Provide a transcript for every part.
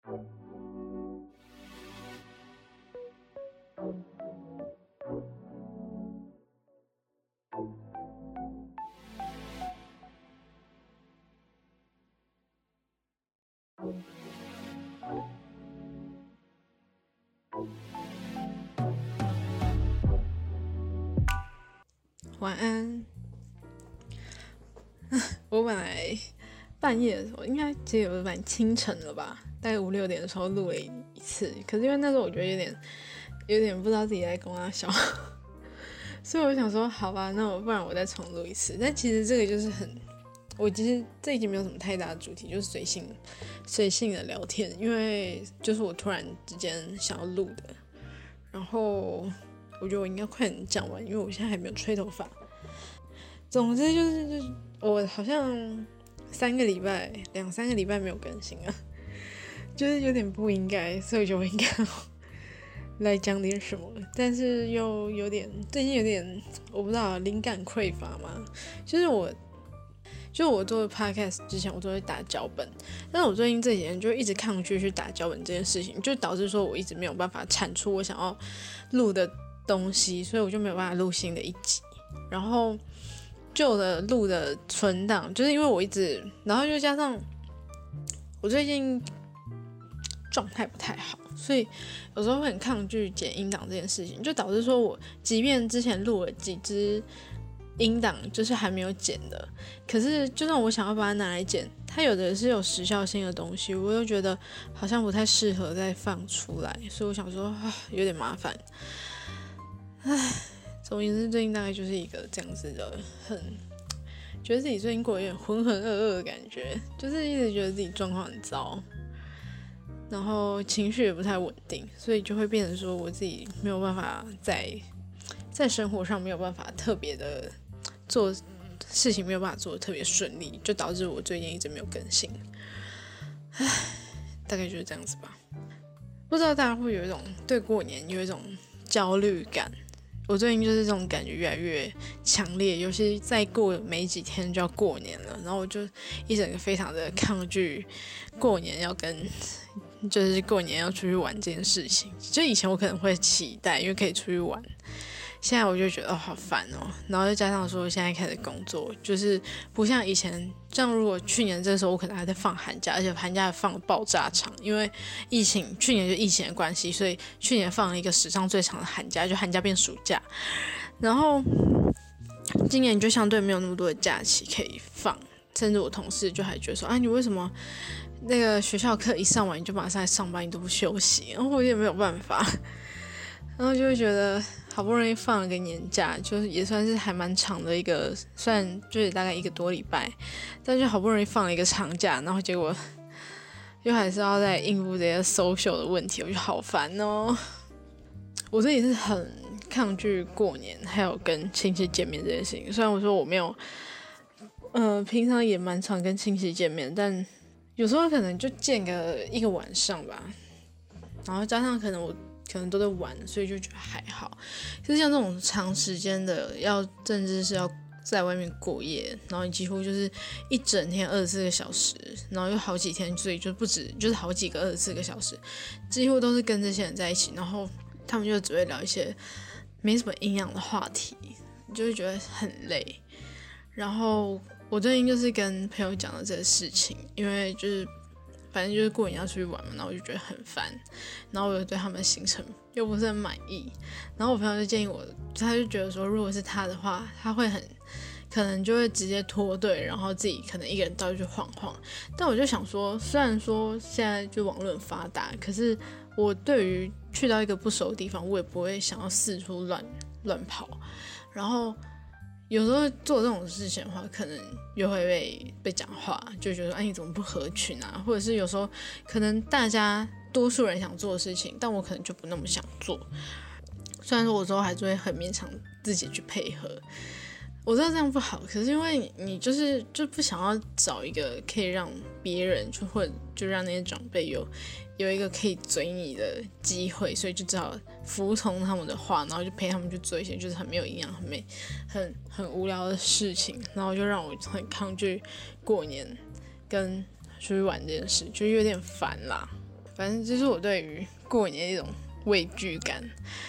晚安。我本来半夜的时候，应该其实有蛮清晨了吧，大概5、6点的时候录了一次，可是因为那时候我觉得有点不知道自己在跟我笑，所以我想说，好吧，那不然我再重录一次。但其实这个就是我其实这已经没有什么太大的主题，就是随性的聊天，因为就是我突然之间想要录的，然后我觉得我应该快点讲完，因为我现在还没有吹头发。总之就是我好像2、3个礼拜没有更新了，就是有点不应该，所以我觉得我应该来讲点什么，但是又最近有点我不知道灵感匮乏嘛，就是我做 podcast 之前我都会打脚本，但是我最近这几年就一直抗拒去打脚本这件事情，就导致说我一直没有办法产出我想要录的东西，所以我就没有办法录新的一集，然后旧的录的存档，就是因为我一直，然后又加上我最近状态不太好，所以有时候会很抗拒剪音档这件事情，就导致说我即便之前录了几支音档就是还没有剪的，可是就算我想要把它拿来剪，它有的是有时效性的东西，我又觉得好像不太适合再放出来，所以我想说有点麻烦。总而言之，最近大概就是一个这样子的，觉得自己最近过得有点浑浑噩噩的感觉，就是一直觉得自己状况很糟，然后情绪也不太稳定，所以就会变成说我自己没有办法在生活上没有办法特别的做事情，没有办法做得特别顺利，就导致我最近一直没有更新。大概就是这样子吧。不知道大家会有一种对过年有一种焦虑感，我最近就是这种感觉越来越强烈，尤其再过没几天就要过年了，然后我就一整个非常的抗拒过年就是过年要出去玩这件事情。就以前我可能会期待，因为可以出去玩，现在我就觉得好烦哦，然后再加上说现在开始工作，就是不像以前这样。如果去年这时候我可能还在放寒假，而且寒假还放爆炸长，因为去年就疫情的关系，所以去年放了一个史上最长的寒假，就寒假变暑假。然后今年就相对没有那么多的假期可以放，甚至我同事就还觉得说，你为什么那个学校课一上完你就马上来上班，你都不休息？然后我也没有办法，然后就会觉得好不容易放了个年假，就是也算是还蛮长的一个，虽然就是大概1个多礼拜，但就好不容易放了一个长假，然后结果又还是要再应付这些 social 的问题，我就好烦哦。我自己是很抗拒过年还有跟亲戚见面这件事情，虽然我说我没有平常也蛮常跟亲戚见面，但有时候可能就见个1个晚上吧，然后加上可能都在玩，所以就觉得还好。可是像这种长时间的甚至是要在外面过夜，然后你几乎就是一整天24个小时，然后又好几天，所以就不止就是好几个24个小时，几乎都是跟这些人在一起，然后他们就只会聊一些没什么营养的话题，就会觉得很累。然后我最近就是跟朋友讲了这个事情，因为就是反正就是过年要出去玩嘛，然后我就觉得很烦，然后我又对他们的行程又不是很满意，然后我朋友就建议我，他就觉得说如果是他的话，他会可能就会直接脱队，然后自己可能一个人到处去晃晃。但我就想说，虽然说现在就网络很发达，可是我对于去到一个不熟的地方，我也不会想要四处乱跑，然后有时候做这种事情的话，可能又会被讲话，就觉得你怎么不合群啊？或者是有时候可能大家多数人想做的事情，但我可能就不那么想做。虽然说我之后还是会很勉强自己去配合，我知道这样不好，可是因为你就不想要找一个可以让别人或者就让那些长辈有一个可以嘴你的机会，所以就只好服从他们的话，然后就陪他们去做一些就是很没有营养、很无聊的事情，然后就让我很抗拒过年跟出去玩这件事，就有点烦啦。 反正这是我对于过年的一种畏惧感。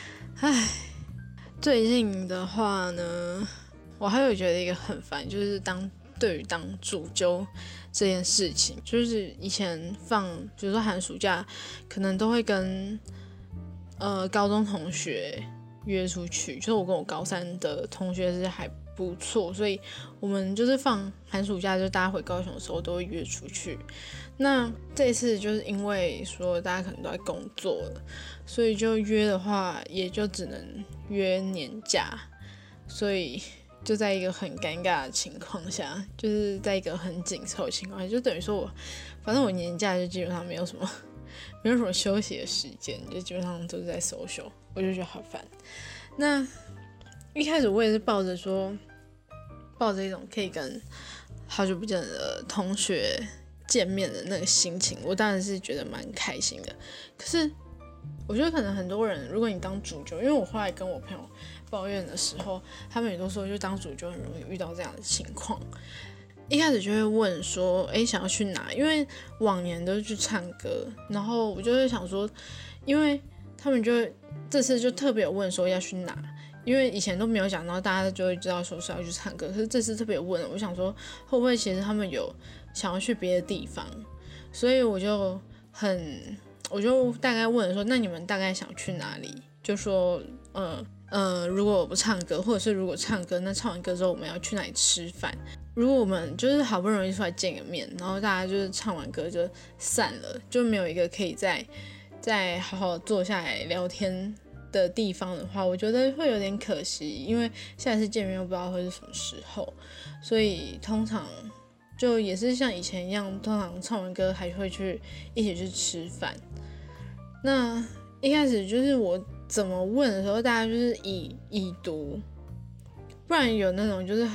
最近的话呢，我还有觉得一个很烦，就是对于当主揪这件事情，就是以前比如说寒暑假，可能都会跟高中同学约出去，就是我跟我高三的同学是还不错，所以我们就是放寒暑假，就大家回高雄的时候都会约出去。那这次就是因为说大家可能都在工作了，所以就约的话也就只能约年假，所以就在一个很尴尬的情况下，就是在一个很紧凑的情况下，就等于说反正我年假就基本上没有什么休息的时间，就基本上都是在 social， 我就觉得好烦。那一开始我也是抱着一种可以跟好久不见的同学见面的那个心情，我当然是觉得蛮开心的。可是我觉得可能很多人，如果你当主揪，因为我后来跟我朋友抱怨的时候，他们也都说，就当主揪很容易遇到这样的情况。一开始就会问说，想要去哪？因为往年都是去唱歌，然后我就会想说，因为他们就这次就特别有问说要去哪，因为以前都没有讲到，大家就会知道说是要去唱歌，可是这次特别问了，我想说会不会其实他们有想要去别的地方，所以我就大概问了说，那你们大概想去哪里？就说如果我不唱歌，或者是如果唱歌，那唱完歌之后我们要去哪里吃饭？如果我们就是好不容易出来见个面，然后大家就是唱完歌就散了，就没有一个可以再好好坐下来聊天的地方的话，我觉得会有点可惜，因为下一次见面又不知道会是什么时候，所以通常就也是像以前一样，通常唱完歌还会一起去吃饭。那一开始就是我怎么问的时候，大家就是已读，不然有那种就是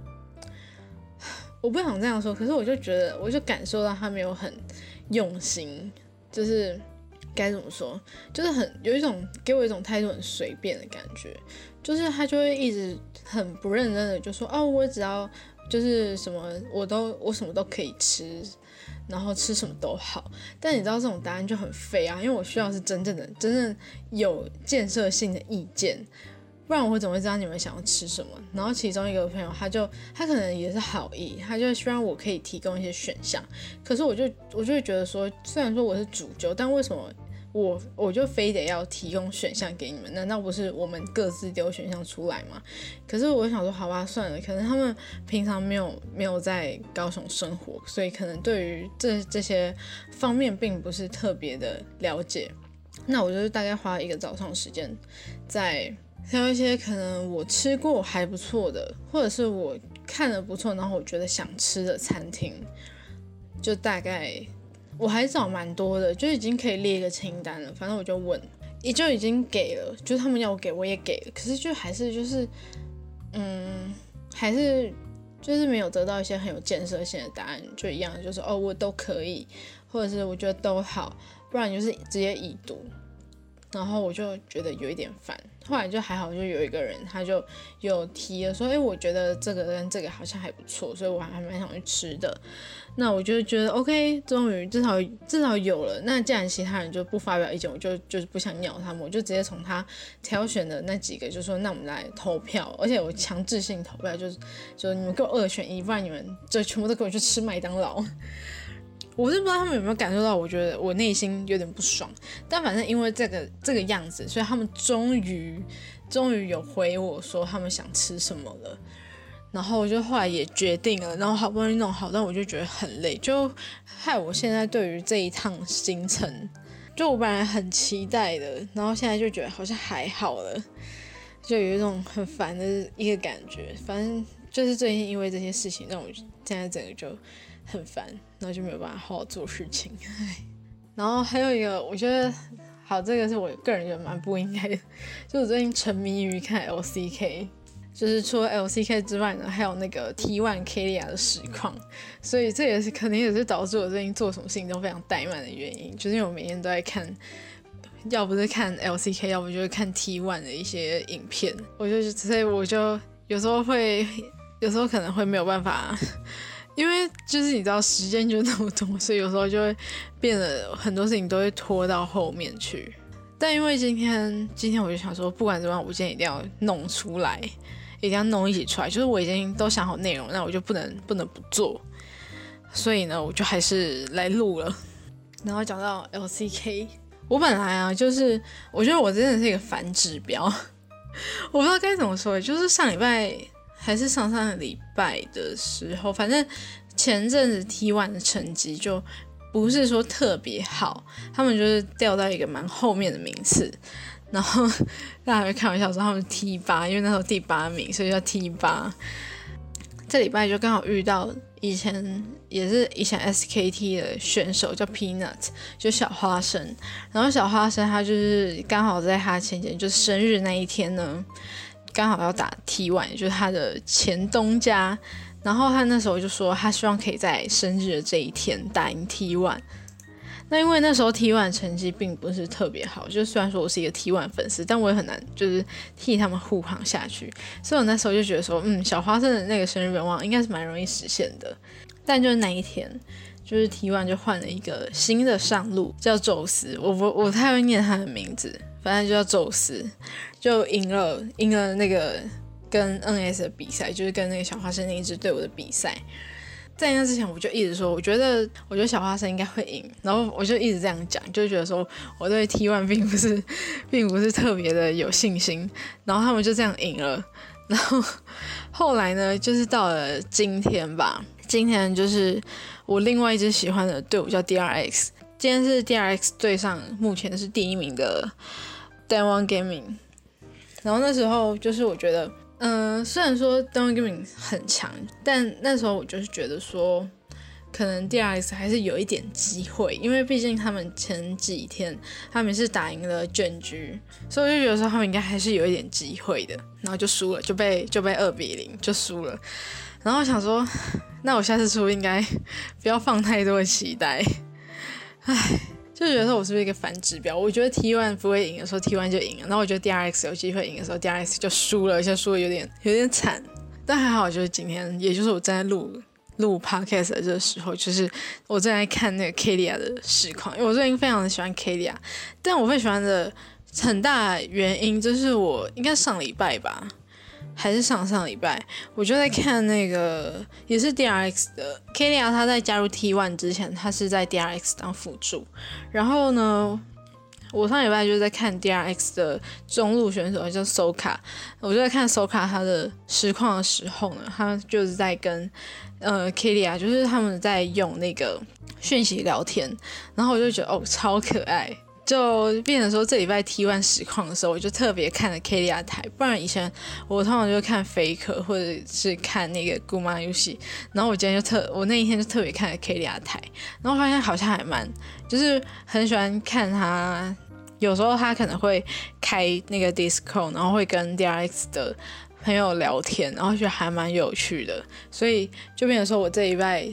我不想这样说，可是我就感受到他没有很用心，就是该怎么说，就是有一种给我一种态度很随便的感觉，就是他就会一直很不认真的就说我只要就是什么我什么都可以吃，然后吃什么都好。但你知道这种答案就很废啊，因为我需要是真正有建设性的意见，不然我怎么会知道你们想要吃什么？然后其中一个朋友他可能也是好意，他就希望我可以提供一些选项，可是我就会觉得说，虽然说我是主揪，但为什么我就非得要提供选项给你们？难道不是我们各自丢选项出来吗？可是我想说，好吧，算了，可能他们平常没有在高雄生活，所以可能对于这些方面并不是特别的了解。那我就是大概花一个早上时间，在挑一些可能我吃过还不错的，或者是我看了不错，然后我觉得想吃的餐厅，就大概。我还找蛮多的，就已经可以列一个清单了。反正我就问，也就已经给了，就是他们要我给我也给了，可是就还是还是就是没有得到一些很有建设性的答案，就一样就是我都可以，或者是我觉得都好，不然就是直接已读。然后我就觉得有一点烦，后来就还好，就有一个人他就有提了说，我觉得这个跟这个好像还不错，所以我还蛮想去吃的。那我就觉得 OK， 终于至少有了。那既然其他人就不发表意见，我就是不想鸟他们，我就直接从他挑选的那几个就说，那我们来投票，而且我强制性投票，就你们给我2选1，不然你们就全部都给我去吃麦当劳。我是不知道他们有没有感受到，我觉得我内心有点不爽，但反正因为这个样子，所以他们终于有回我说他们想吃什么了，然后我就后来也决定了，然后好不容易弄好，但我就觉得很累，就害我现在对于这一趟行程，就我本来很期待的，然后现在就觉得好像还好了，就有一种很烦的一个感觉。反正就是最近因为这些事情，让我现在整个就很烦，然后就没有办法好好做事情。然后还有一个我觉得好，这个是我个人觉得蛮不应该的，就我最近沉迷于看 LCK， 就是除了 LCK 之外呢，还有那个 T1 Kelia 的实况，所以这也是肯定也是导致我最近做什么事情都非常怠慢的原因，就是因为我每天都在看，要不是看 LCK， 要不就是看 T1 的一些影片，所以我就有时候可能会没有办法。 因为就是你知道时间就那么多，所以有时候就会变得很多事情都会拖到后面去。但因为今天我就想说，不管怎么样，我今天一定要弄出来，一定要弄一起出来。就是我已经都想好内容，那我就不能不做。所以呢，我就还是来录了。然后讲到 LCK， 我本来啊，就是我觉得我真的是一个反指标，我不知道该怎么说，就是上礼拜还是上上个礼拜的时候，反正前阵子 T1 的成绩就不是说特别好，他们就是掉到一个蛮后面的名次，然后大家会开玩笑说他们 T8， 因为那时候第8名，所以叫 T8。这礼拜就刚好遇到以前 SKT 的选手叫 Peanut， 就小花生，然后小花生他就是刚好在他前几天就是生日那一天呢，刚好要打 T1， 就是他的前东家，然后他那时候就说他希望可以在生日的这一天打赢 T1。那因为那时候 T1 成绩并不是特别好，就虽然说我是一个 T1 粉丝，但我也很难就是替他们护航下去，所以我那时候就觉得说，小花生的那个生日愿望应该是蛮容易实现的。但就是那一天，就是 T1 就换了一个新的上路，叫宙斯，我太会念他的名字，反正就叫宙斯，就赢了那个跟 NS 的比赛，就是跟那个小花生那一支队伍的比赛。在那之前我就一直说我觉得小花生应该会赢，然后我就一直这样讲，就觉得说我对 T1 并不是特别的有信心，然后他们就这样赢了。然后后来呢，就是到了今天吧，今天就是我另外一支喜欢的队伍叫 DRX， 今天是 DRX 对上目前是第1名的 Daewon Gaming。 然后那时候就是我觉得虽然说 Daewon Gaming 很强，但那时候我就是觉得说可能 DRX 还是有一点机会，因为毕竟他们前几天他们是打赢了卷居，所以我就觉得说他们应该还是有一点机会的，然后就输了，就被2-0就输了。然后我想说那我下次输应该不要放太多的期待，就觉得说我是不是一个反指标？我觉得 T1 不会赢的时候 T1 就赢了，然后我觉得 DRX 有机会赢的时候 DRX 就输了，而且输的有点惨。但还好就是今天，也就是我正在录 podcast 的这个时候，就是我正在看那个 Kelia 的实况，因为我最近非常的喜欢 Kelia， 但我会喜欢的很大原因就是我应该上礼拜吧，还是上礼拜，我就在看那个也是 DRX 的 Kelia， 他在加入 T1 之前，他是在 DRX 当辅助。然后呢，我上礼拜就在看 DRX 的中路选手叫 Soka， 我就在看 Soka 他的实况的时候呢，他就是在跟Kelia， 就是他们在用那个讯息聊天，然后我就觉得超可爱。就变成说这礼拜 T1 实况的时候，我就特别看了 Kelia 台，不然以前我通常就看 Faker 或者是看那个 Guma 游戏，然后我那一天就特别看了 Kelia 台，然后发现好像还就是很喜欢看他，有时候他可能会开那个 Discord， 然后会跟 DRX 的朋友聊天，然后觉得还蛮有趣的，所以就变成说我这礼拜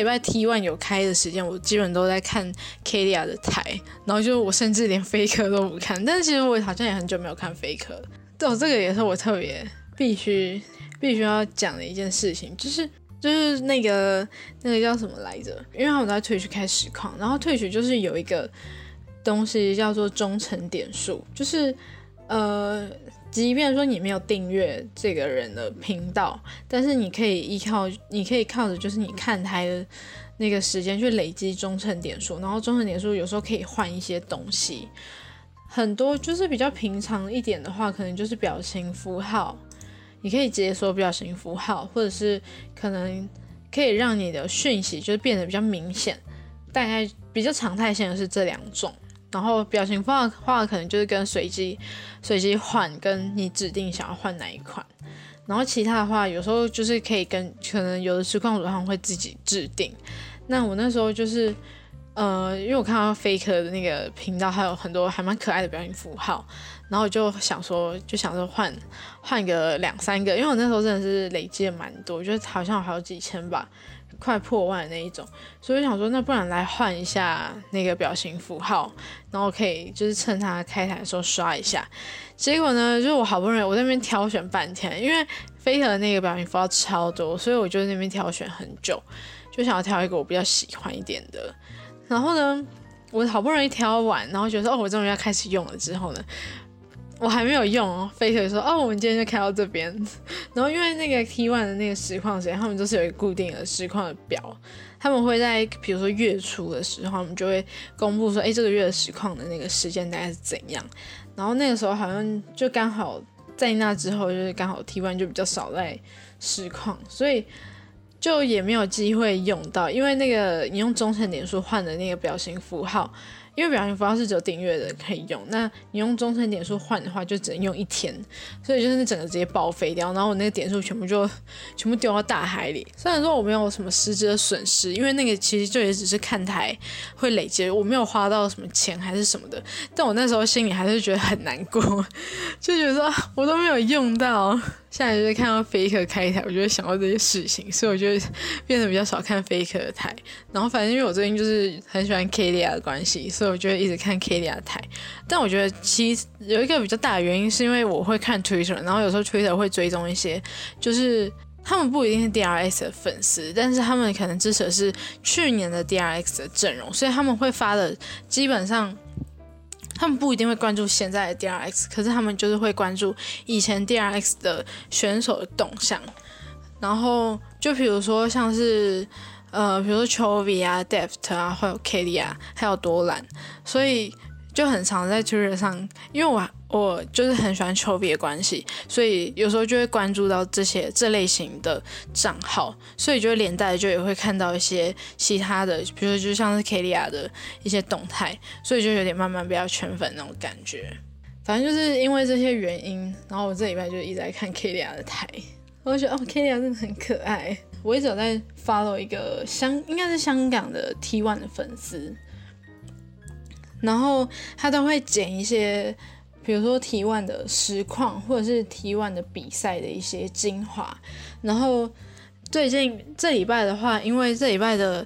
T1 有开的时间，我基本都在看 Kelia 的台，然后就我甚至连 Faker 都不看，但是其实我好像也很久没有看 Faker 了。对，这个也是我特别必须要讲的一件事情，就是那个叫什么来着？因为他们都在Twitch开实况，然后Twitch就是有一个东西叫做忠诚点数，就是即便说你没有订阅这个人的频道，但是你可以靠着就是你看台的那个时间去累积忠诚点数，然后忠诚点数有时候可以换一些东西，很多就是比较平常一点的话，可能就是表情符号，你可以解锁表情符号，或者是可能可以让你的讯息就是变得比较明显，大概比较常态性的是这2种。然后表情符号的话，可能就是跟随机换，跟你指定想要换哪一款。然后其他的话，有时候就是可能有的实况主他们会自己制定。那我那时候就是因为我看到 Faker 的那个频道，还有很多还蛮可爱的表情符号，然后我就想说换个2-3个，因为我那时候真的是累积了蛮多，就是好像有好几千吧， 快破万的那一种，所以我想说，那不然来换一下那个表情符号，然后可以就是趁它开台的时候刷一下。结果呢，就是我好不容易我在那边挑选半天，因为Faker的那个表情符号超多，所以我就在那边挑选很久，就想要挑一个我比较喜欢一点的。然后呢，我好不容易挑完，然后觉得说，我终于要开始用了之后呢，我还没有用哦，Faker 说我们今天就开到这边。然后因为那个 T1 的那个实况时间，他们都是有一个固定的实况的表，他们会在比如说月初的时候，他们就会公布说，这个月的实况的那个时间大概是怎样。然后那个时候好像就刚好在那之后，就是刚好 T1 就比较少在实况，所以就也没有机会用到，因为那个你用忠诚点数换的那个表情符号。因为表情符号是只有订阅的可以用，那你用忠诚点数换的话，就只能用1天，所以就是整个直接报废掉，然后我那个点数全部丢到大海里。虽然说我没有什么实质的损失，因为那个其实就也只是看台会累积，我没有花到什么钱还是什么的，但我那时候心里还是觉得很难过，就觉得说我都没有用到。现在就是看到 Faker 开台，我就会想到这些事情，所以我就变得比较少看 Faker 的台。然后反正因为我最近就是很喜欢 Kalia 的关系，所以我就会一直看 Kalia 的台。但我觉得其实有一个比较大的原因是因为我会看 Twitter， 然后有时候 Twitter 会追踪一些就是他们不一定是 DRX 的粉丝，但是他们可能支持的是去年的 DRX 的阵容，所以他们会发的基本上他们不一定会关注现在的 DRX， 可是他们就是会关注以前 DRX 的选手的动向。然后就比如说像是比如说 Chovy 啊 Deft 啊，还有 Kalia 啊，还有多兰，所以就很常在 Twitter 上，因为我就是很喜欢 Chovy 的关系，所以有时候就会关注到这类型的账号，所以就连带就也会看到一些其他的，比如说就像是 Kalia 的一些动态，所以就有点慢慢被他圈粉那种感觉。反正就是因为这些原因，然后我这礼拜就一直在看 Kalia 的台，我就觉得Kalia 真的很可爱。我一直有在 follow 一个应该是香港的 T1 的粉丝，然后他都会剪一些比如说 T1 的实况或者是 T1 的比赛的一些精华。然后最近这礼拜的话，因为这礼拜的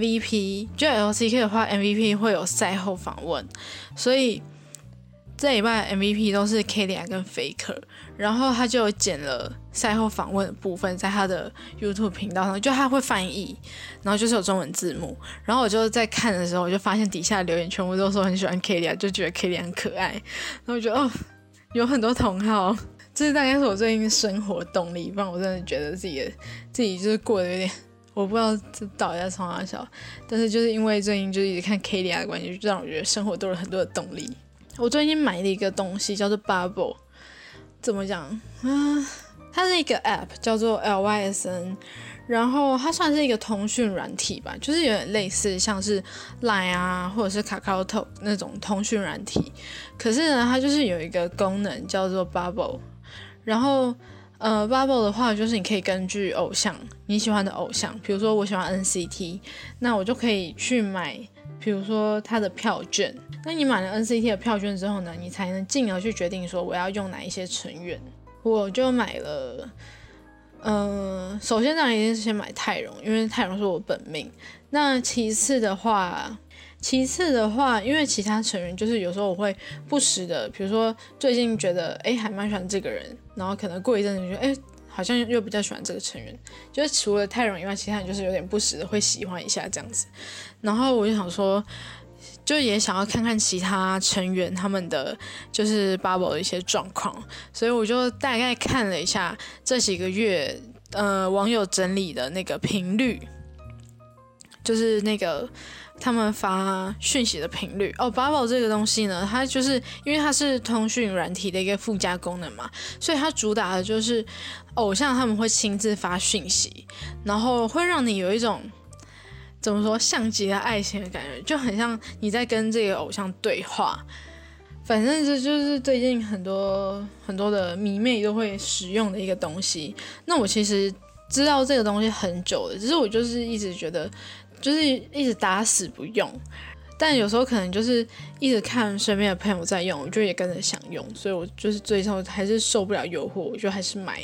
MVP 就 LCK 的话 MVP 会有赛后访问，所以这礼拜 MVP 都是 Kalia 跟 Faker， 然后他就有剪了赛后访问的部分在他的 YouTube 频道上，就他会翻译，然后就是有中文字幕。然后我就在看的时候，我就发现底下留言全部都说很喜欢 Kalia， 就觉得 Kalia 很可爱。然后我觉得有很多同好，这大概是我最近生活动力，不然我真的觉得自己就是过得有点，我不知道这到底在从哪小，但是就是因为最近就一直看 Kalia 的关系，就让我觉得生活多了很多的动力。我最近买了一个东西叫做 Bubble， 怎么讲它是一个 app 叫做 LYSN， 然后它算是一个通讯软体吧，就是有点类似像是 Line 啊或者是 KakaoTalk 那种通讯软体，可是呢它就是有一个功能叫做 Bubble， 然后Bubble 的话就是你可以根据偶像你喜欢的偶像，比如说我喜欢 NCT， 那我就可以去买比如说他的票券，那你买了 NCT 的票券之后呢，你才能进而去决定说我要用哪一些成员。我就买了首先当然一定是先买泰容，因为泰容是我本命。那其次的话，因为其他成员就是有时候我会不时的，比如说最近觉得还蛮喜欢这个人，然后可能过一阵子觉得好像又比较喜欢这个成员，就是除了泰容以外，其他人就是有点不时的会喜欢一下这样子。然后我就想说，就也想要看看其他成员他们的就是 Bubble 的一些状况，所以我就大概看了一下这几个月网友整理的那个频率，就是那个他们发讯息的频率。Bubble 这个东西呢，它就是因为它是通讯软体的一个附加功能嘛，所以它主打的就是偶像他们会亲自发讯息，然后会让你有一种怎么说像极了爱情的感觉，就很像你在跟这个偶像对话。反正这就是最近很多的迷妹都会使用的一个东西。那我其实知道这个东西很久了，只是我就是一直觉得就是一直打死不用，但有时候可能就是一直看身边的朋友在用，我就也跟着想用，所以我就是最后还是受不了诱惑，我就还是买了。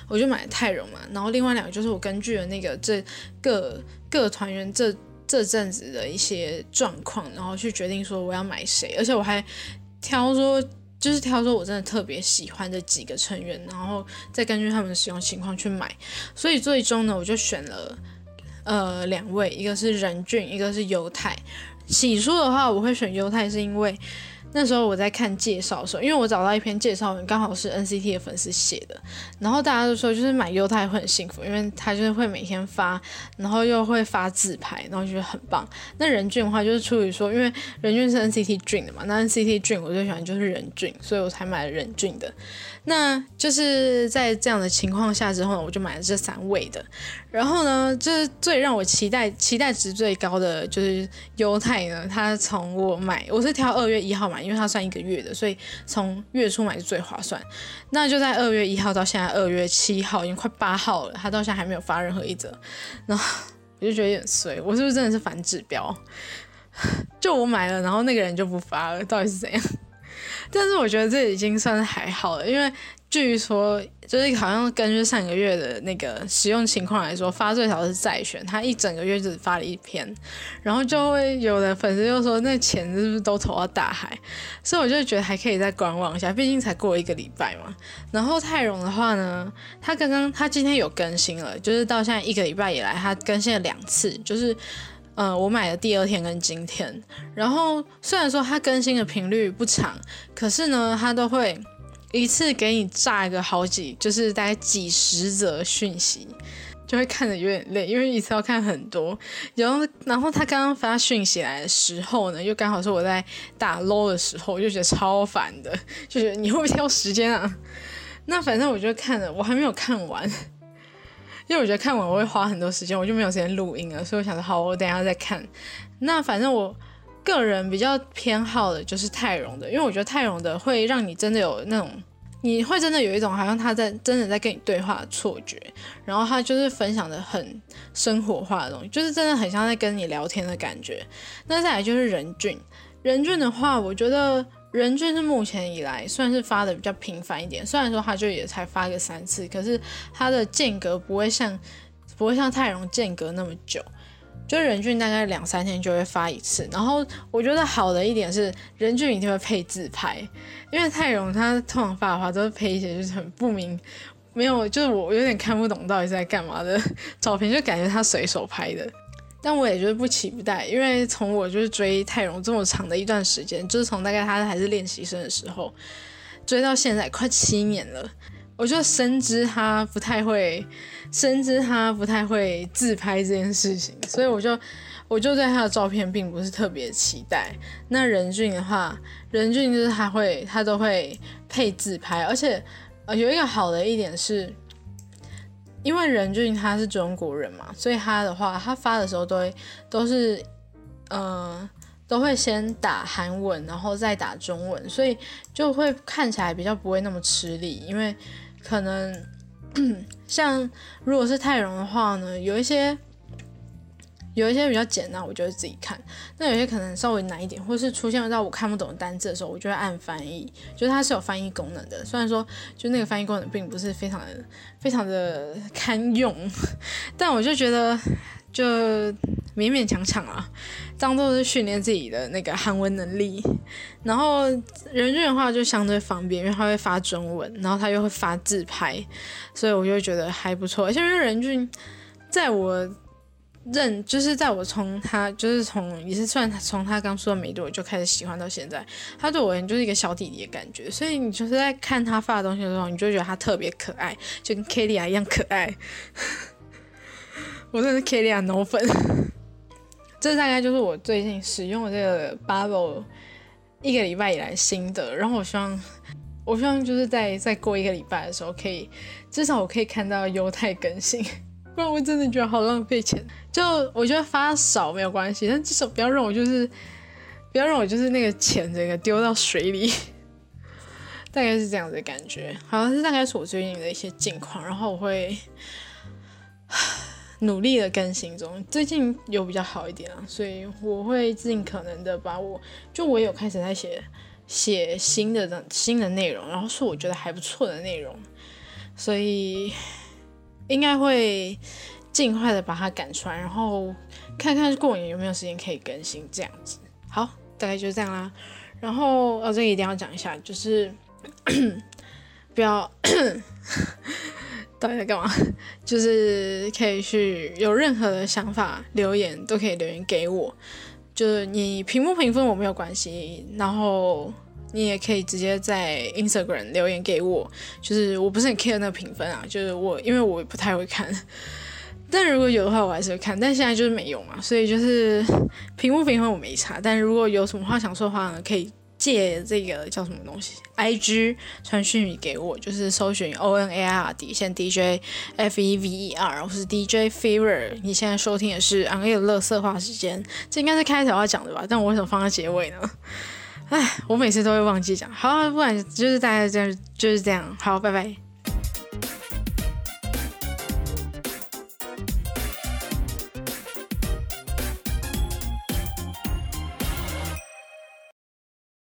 我就买了泰容嘛，然后另外2个就是我根据了那个各团员这阵子的一些状况，然后去决定说我要买谁，而且我还挑说我真的特别喜欢的几个成员，然后再根据他们的使用情况去买，所以最终呢，我就选了2位，一个是仁俊，一个是犹太。起初的话，我会选犹太是因为那时候我在看介绍的时候，因为我找到一篇介绍文，刚好是 NCT 的粉丝写的，然后大家都说就是买犹太会很幸福，因为他就是会每天发，然后又会发自拍，然后觉得很棒。那仁俊的话就是出于说，因为仁俊是 NCT Dream 的嘛，那 NCT Dream 我最喜欢就是仁俊，所以我才买了仁俊的。那就是在这样的情况下之后呢，我就买了这3位的。然后呢，就是最让我期待值最高的就是犹太呢，他从我是挑2月1号买，因为它算1个月的，所以从月初买是最划算。那就在2月1号到现在2月7号，已经快8号了，他到现在还没有发任何一则，然后我就觉得有点衰，我是不是真的是反指标？就我买了，然后那个人就不发了，到底是怎样？但是我觉得这已经算是还好了，因为据说就是好像根据上个月的那个使用情况来说，发最少是再选，他一整个月只发了1篇，然后就会有的粉丝就说那钱是不是都投到大海，所以我就觉得还可以再观望一下，毕竟才过1个礼拜嘛。然后泰容的话呢，他今天有更新了，就是到现在1个礼拜以来，他更新了2次，就是我买的第2天跟今天，然后虽然说它更新的频率不长，可是呢，它都会一次给你炸一个就是大概几十则讯息，就会看得有点累，因为一次要看很多。然后他刚刚发讯息来的时候呢，又刚好是我在打 LOL 的时候，我就觉得超烦的，就觉得你会不会挑时间啊？那反正我就看了，我还没有看完。因为我觉得看完我会花很多时间，我就没有时间录音了，所以我想说好，我等一下再看。那反正我个人比较偏好的就是泰容的，因为我觉得泰容的会让你真的有那种，你会真的有一种好像他真的在跟你对话的错觉，然后他就是分享的很生活化的东西，就是真的很像在跟你聊天的感觉。那再来就是仁俊的话，我觉得仁俊是目前以来算是发的比较频繁一点，虽然说他就也才发个3次，可是他的间隔不会像泰容间隔那么久，就仁俊大概2-3天就会发1次。然后我觉得好的一点是仁俊一定会配自拍，因为泰容他通常发的话都是配一些就是很不明，没有，就是我有点看不懂到底是在干嘛的照片，就感觉他随手拍的。但我也就是不期不待，因为从我就是追泰容这么长的一段时间，就是从大概他还是练习生的时候追到现在快7年了，我就深知他不太会自拍这件事情，所以我就对他的照片并不是特别期待。那仁俊的话，就是他都会配自拍，而且有一个好的一点是，因为仁俊他是中国人嘛，所以他的话，他发的时候都会先打韩文，然后再打中文，所以就会看起来比较不会那么吃力。因为可能像如果是泰容的话呢，有一些比较简单，我就会自己看。那有些可能稍微难一点，或是出现到我看不懂的单字的时候，我就会按翻译，就是它是有翻译功能的。虽然说就那个翻译功能并不是非常的堪用，但我就觉得就勉勉强强啊，当做是训练自己的那个韩文能力。然后仁俊的话就相对方便，因为他会发中文，然后他又会发自拍，所以我就觉得还不错。而且因为仁俊在我从他也是算从他刚出的没多久就开始喜欢到现在，他对我而言就是一个小弟弟的感觉，所以你就是在看他发的东西的时候，你就觉得他特别可爱，就跟 Kelly 一样可爱。我真的是 Kelly 脑粉。这大概就是我最近使用的这个 Bubble 1个礼拜以来心得，然后我希望就是再过1个礼拜的时候，至少我可以看到犹太更新。不然我真的觉得好浪费钱。就我觉得发少没有关系，但至少不要让我就是那个钱整个丢到水里。大概是这样子的感觉。好，这大概是我最近的一些近况，然后我会努力的更新中，最近有比较好一点啊，所以我会尽可能的把我有开始在写新的内容，然后是我觉得还不错的内容。 所以应该会尽快的把它赶出来，然后看看过年有没有时间可以更新这样子。好，大概就是这样啦。然后这个一定要讲一下，就是不要到底在干嘛？就是可以去有任何的想法留言都可以留言给我，就是你评不评分我没有关系，然后你也可以直接在 Instagram 留言给我，就是我不是很 care 那个评分啊，就是因为我不太会看，但如果有的话我还是会看，但现在就是没有嘛，所以就是评不评分我没差，但如果有什么话想说的话呢，可以借这个叫什么东西 IG 传讯给我，就是搜寻 ONAR DJ FEVER 或是 DJ Fever。 你现在收听的是昂夜的垃圾话时间，这应该是开头要讲的吧，但我为什么放在结尾呢？我每次都会忘记讲。好，不然就是大概这样，就是这样。好，拜拜。